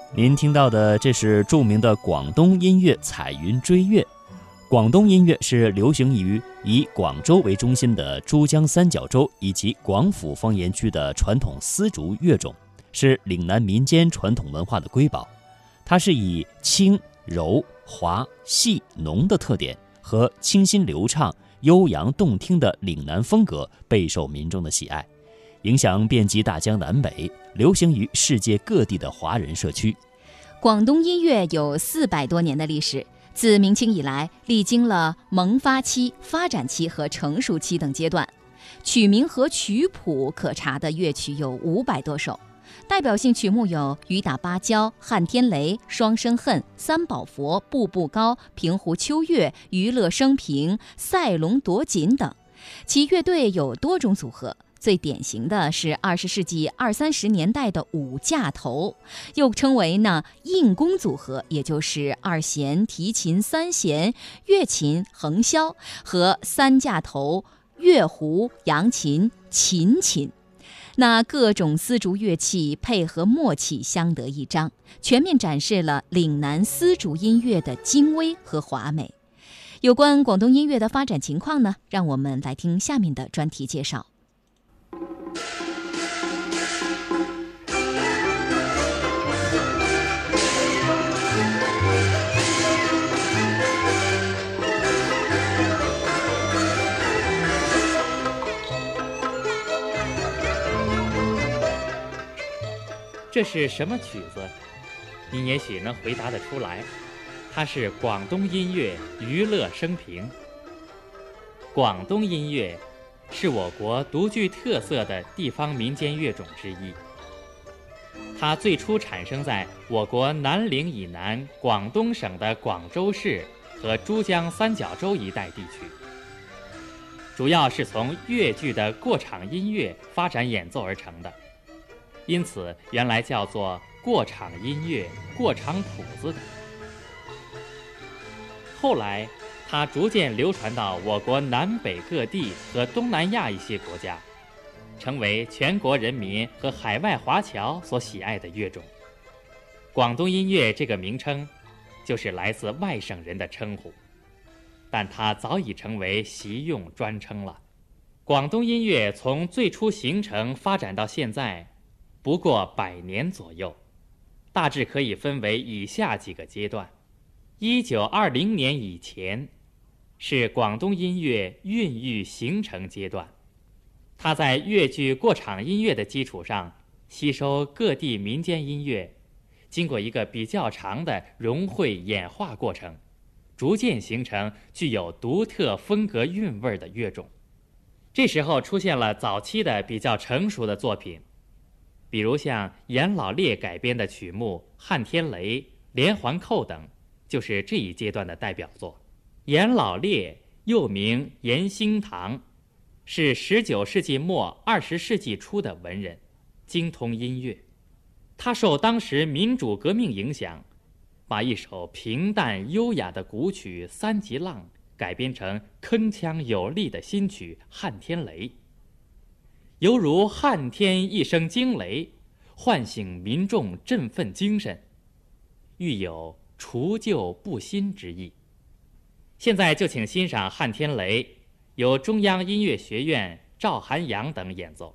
您听到的这是著名的广东音乐彩云追月。广东音乐是流行于以广州为中心的珠江三角洲以及广府方言区的传统丝竹乐种，是岭南民间传统文化的瑰宝。它是以轻、柔、滑、细、浓的特点和清新流畅、悠扬动听的岭南风格备受民众的喜爱，影响遍及大江南北，流行于世界各地的华人社区。 广东音乐有400多年的历史，自明清以来，历经了萌发期、发展期和成熟期等阶段。曲名和曲谱可查的乐曲有500多首，代表性曲目有《雨打芭蕉》《撼天雷》《双生恨》《三宝佛》《步步高》《平湖秋月》《娱乐升平》《赛龙夺锦》等。其乐队有多种组合，最典型的是20世纪20-30年代的五架头，又称为硬弓组合，也就是2弦、提琴、3弦、乐琴、横箫和3架头、乐胡、扬琴、琴琴。那各种丝竹乐器配合默契相得益彰，全面展示了岭南丝竹音乐的精微和华美。有关广东音乐的发展情况呢，让我们来听下面的专题介绍。 这是什么曲子？您也许能回答得出来。它是广东音乐《娱乐升平》。广东音乐是我国独具特色的地方民间乐种之一。它最初产生在我国南岭以南广东省的广州市和珠江三角洲一带地区，主要是从粤剧的过场音乐发展演奏而成的，因此原来叫做过场音乐、过场谱子等。后来它逐渐流传到我国南北各地和东南亚一些国家，成为全国人民和海外华侨所喜爱的乐种。广东音乐这个名称就是来自外省人的称呼，但它早已成为习用专称了。广东音乐从最初形成发展到现在不过100年左右，大致可以分为以下几个阶段。1920年以前是广东音乐孕育形成阶段，它在粤剧过场音乐的基础上吸收各地民间音乐，经过一个比较长的融汇演化过程，逐渐形成具有独特风格韵味的乐种。这时候出现了早期的比较成熟的作品，比如像严老烈改编的曲目《撼天雷》《连环扣》等，就是这一阶段的代表作。严老烈又名严兴堂，是19世纪末20世纪初的文人，精通音乐。他受当时民主革命影响，把一首平淡优雅的古曲《三级浪》改编成铿锵有力的新曲《撼天雷》，犹如撼天一声惊雷，唤醒民众振奋精神，寓有除旧布新之意。现在就请欣赏《撼天雷》，由中央音乐学院赵涵阳等演奏。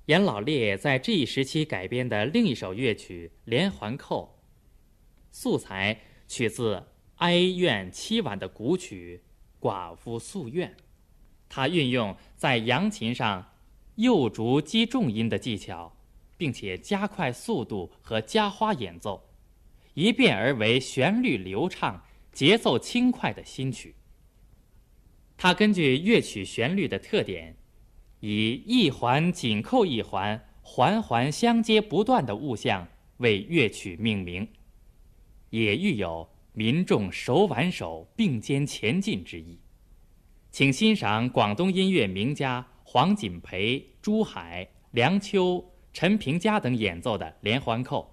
严老烈在这一时期改编的另一首乐曲《连环扣》，素材取自哀怨凄婉的古曲《寡妇诉怨》，他运用在扬琴上右竹击重音的技巧，并且加快速度和加花演奏，一变而为旋律流畅、节奏轻快的新曲。他根据乐曲旋律的特点，以一环紧扣一环、环环相接不断的物象为乐曲命名，也寓有民众手挽手并肩前进之意。请欣赏广东音乐名家黄锦培、朱海、梁秋、陈平嘉等演奏的连环扣。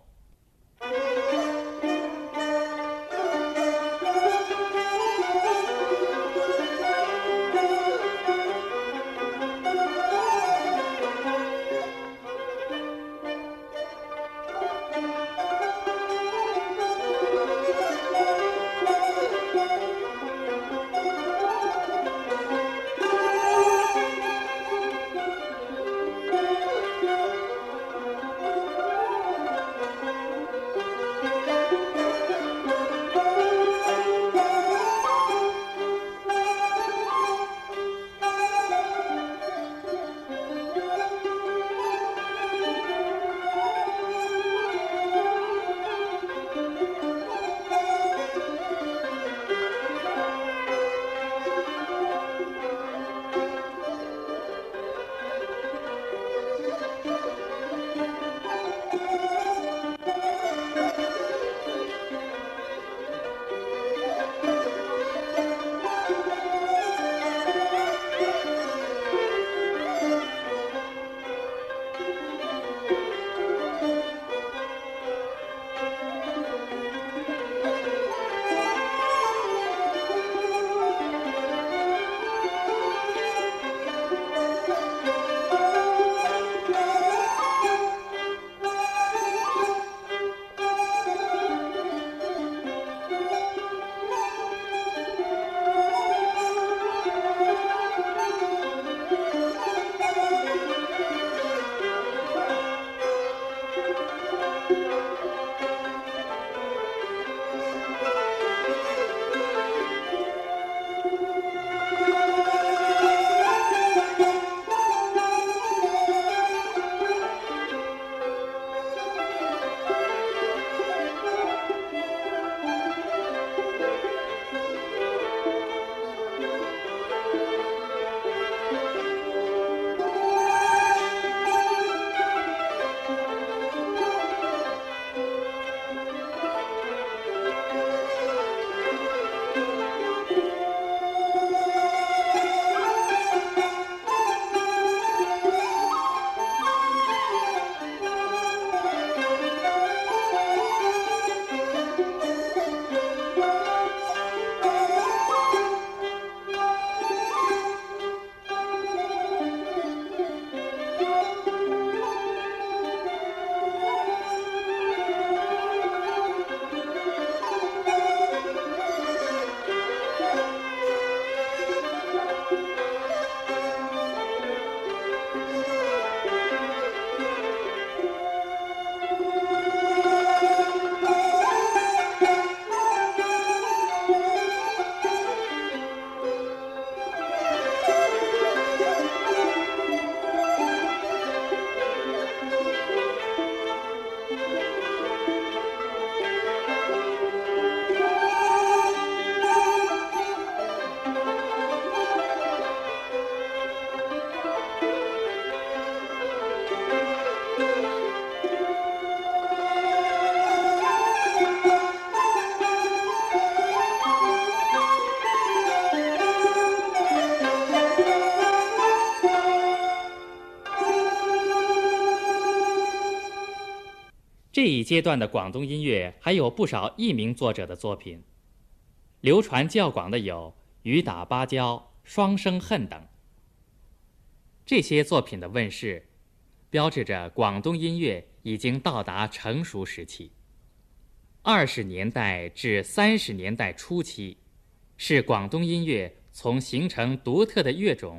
这一阶段的广东音乐还有不少佚名作者的作品，流传较广的有雨打芭蕉、双生恨等。这些作品的问世，标志着广东音乐已经到达成熟时期。20年代至30年代初期，是广东音乐从形成独特的乐种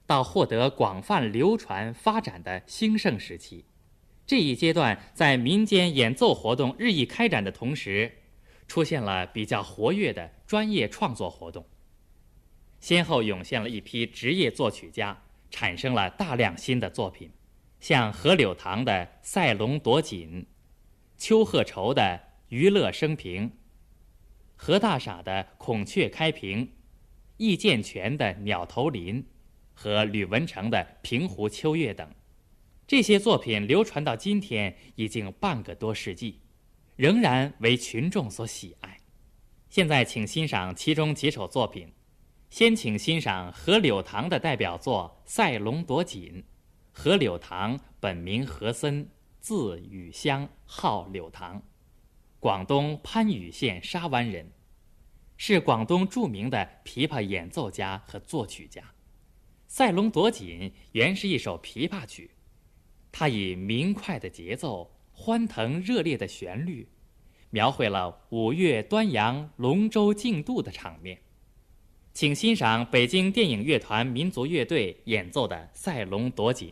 到获得广泛流传发展的兴盛时期。这一阶段在民间演奏活动日益开展的同时，出现了比较活跃的专业创作活动，先后涌现了一批职业作曲家，产生了大量新的作品，像何柳堂的《赛龙夺锦》，邱鹤畴的《娱乐生平》，何大傻的《孔雀开屏》，易建全的《鸟头林》和吕文成的《平湖秋月》等。这些作品流传到今天已经半个多世纪，仍然为群众所喜爱。现在请欣赏其中几首作品，先请欣赏何柳堂的代表作《赛龙夺锦》。何柳堂本名何森，字雨香，号柳堂，广东番禺县沙湾人，是广东著名的琵琶演奏家和作曲家。《赛龙夺锦》原是一首琵琶曲，它以明快的节奏、欢腾热烈的旋律，描绘了五岳端阳、龙舟竞渡的场面。请欣赏北京电影乐团民族乐队演奏的《赛龙夺锦》。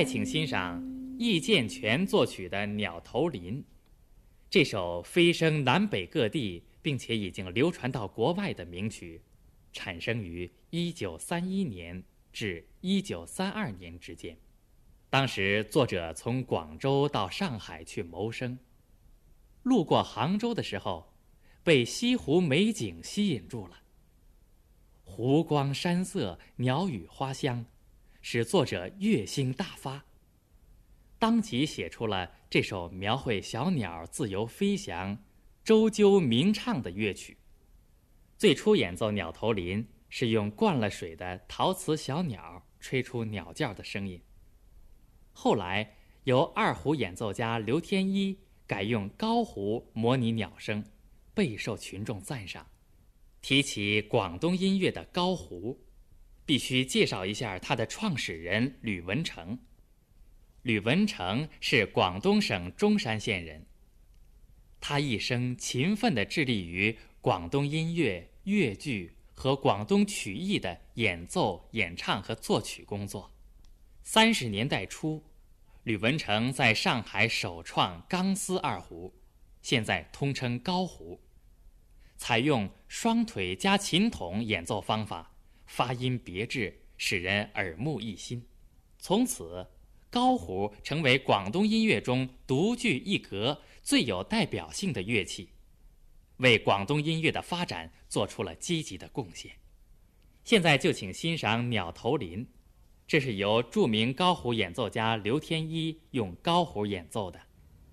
再请欣赏易建全作曲的《鸟头林》。这首飞升南北各地，并且已经流传到国外的名曲，产生于1931年至1932年之间。当时作者从广州到上海去谋生，路过杭州的时候，被西湖美景吸引住了。湖光山色，鸟语花香，使作者乐心大发，当即写出了这首描绘小鸟自由飞翔、啁啾鸣唱的乐曲。最初演奏《鸟头林》是用灌了水的陶瓷小鸟吹出鸟叫的声音，后来由二胡演奏家刘天一改用高胡模拟鸟声，备受群众赞赏。提起广东音乐的高胡，必须介绍一下他的创始人吕文成。吕文成是广东省中山县人，他一生勤奋地致力于广东音乐、粤剧和广东曲艺的演奏、演唱和作曲工作。30年代初，吕文成在上海首创钢丝二胡，现在通称高胡，采用双腿加琴筒演奏方法，发音别致，使人耳目一新。从此，高胡成为广东音乐中独具一格、最有代表性的乐器，为广东音乐的发展做出了积极的贡献。现在就请欣赏《鸟头林》，这是由著名高胡演奏家刘天一用高胡演奏的。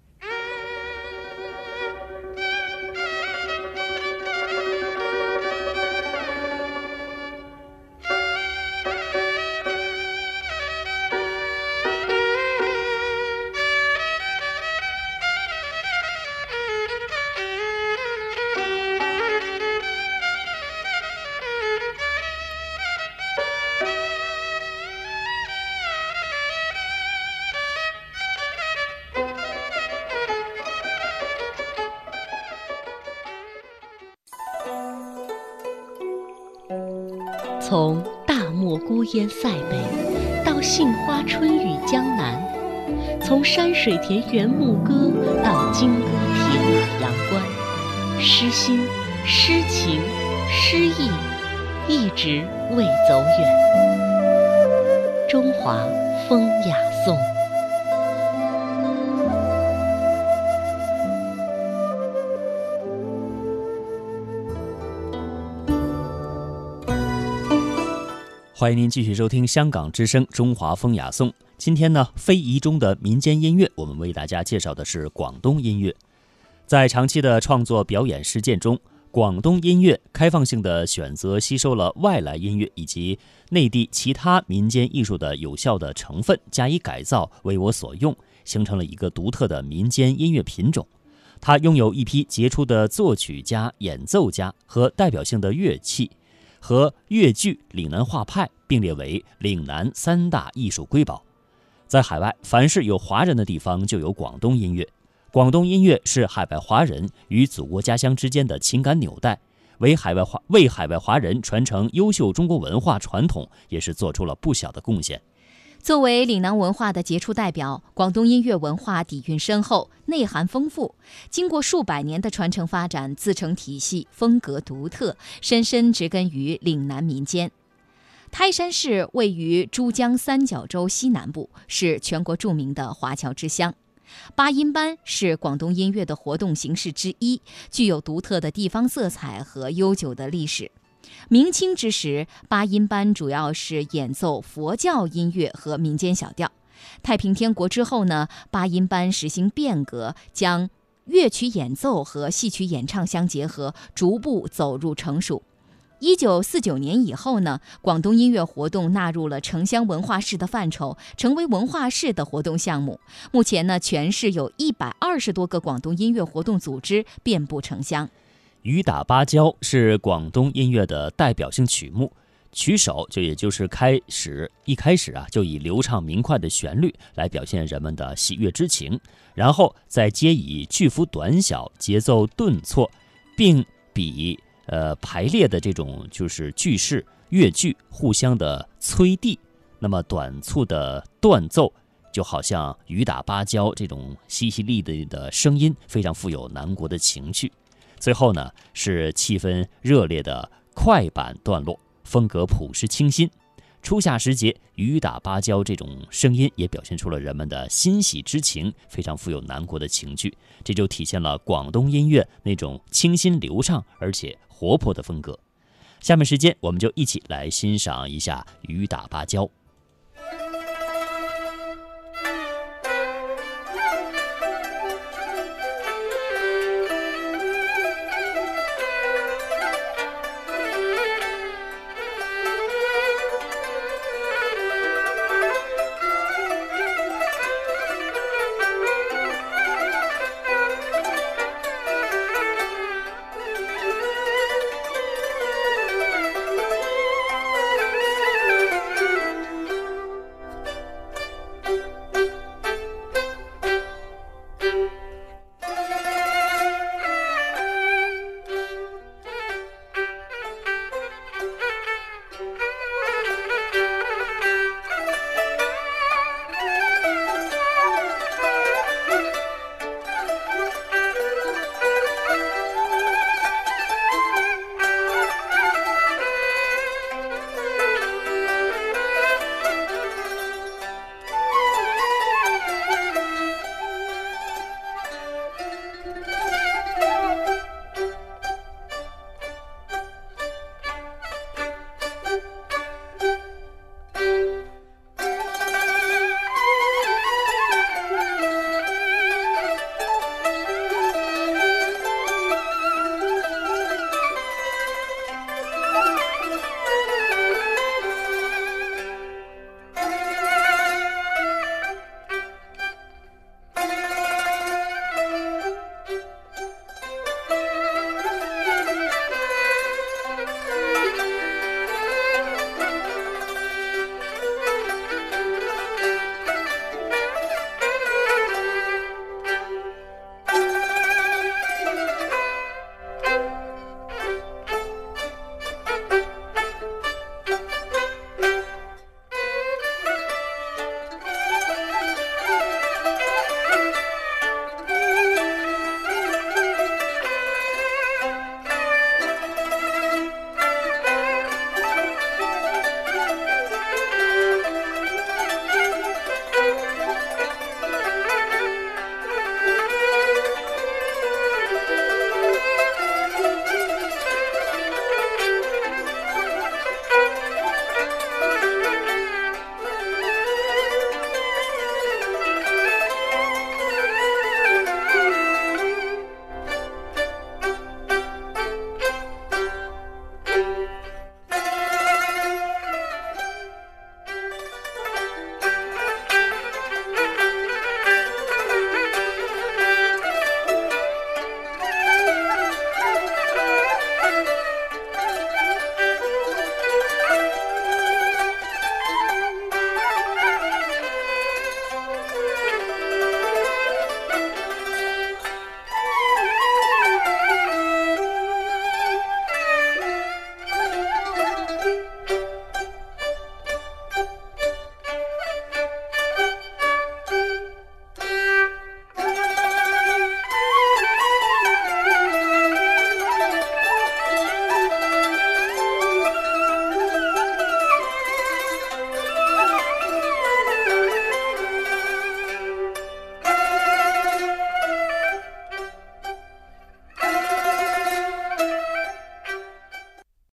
从大漠孤烟塞北到杏花春雨江南，从山水田园牧歌到金戈铁马阳关，诗心、诗情、诗意一直未走远。中华风雅颂。 欢迎您继续收听香港之声中华风雅颂。今天呢，非遗中的民间音乐，我们为大家介绍的是广东音乐。在长期的创作表演实践中，广东音乐开放性的选择吸收了外来音乐以及内地其他民间艺术的有效的成分，加以改造，为我所用，形成了一个独特的民间音乐品种。它拥有一批杰出的作曲家、演奏家和代表性的乐器，和粤剧、岭南画派并列为岭南3大艺术瑰宝。在海外，凡是有华人的地方就有广东音乐。广东音乐是海外华人与祖国家乡之间的情感纽带，为海外华人传承优秀中国文化传统也是做出了不小的贡献。 作为岭南文化的杰出代表，广东音乐文化底蕴深厚，内涵丰富，经过数百年的传承发展，自成体系，风格独特，深深植根于岭南民间。泰山市位于珠江三角洲西南部，是全国著名的华侨之乡。八音班是广东音乐的活动形式之一，具有独特的地方色彩和悠久的历史。明清之时，八音班主要是演奏佛教音乐和民间小调。太平天国之后呢，八音班实行变革，将乐曲演奏和戏曲演唱相结合，逐步走入成熟。1949年以后呢，广东音乐活动纳入了城乡文化市的范畴，成为文化市的活动项目。目前呢，全市有120多个广东音乐活动组织，遍布城乡。 雨打芭蕉是广东音乐的代表性曲目，曲首也就是一开始就以流畅明快的旋律来表现人们的喜悦之情，然后再接以句幅短小、节奏顿挫，并比排列的这种就是句式乐句互相的催递，那么短促的断奏就好像雨打芭蕉这种淅淅沥沥的声音，非常富有南国的情趣。最后呢，是气氛热烈的快板段落，风格朴实清新。初夏时节，雨打芭蕉这种声音也表现出了人们的欣喜之情，非常富有南国的情趣。这就体现了广东音乐那种清新流畅而且活泼的风格。下面时间，我们就一起来欣赏一下雨打芭蕉。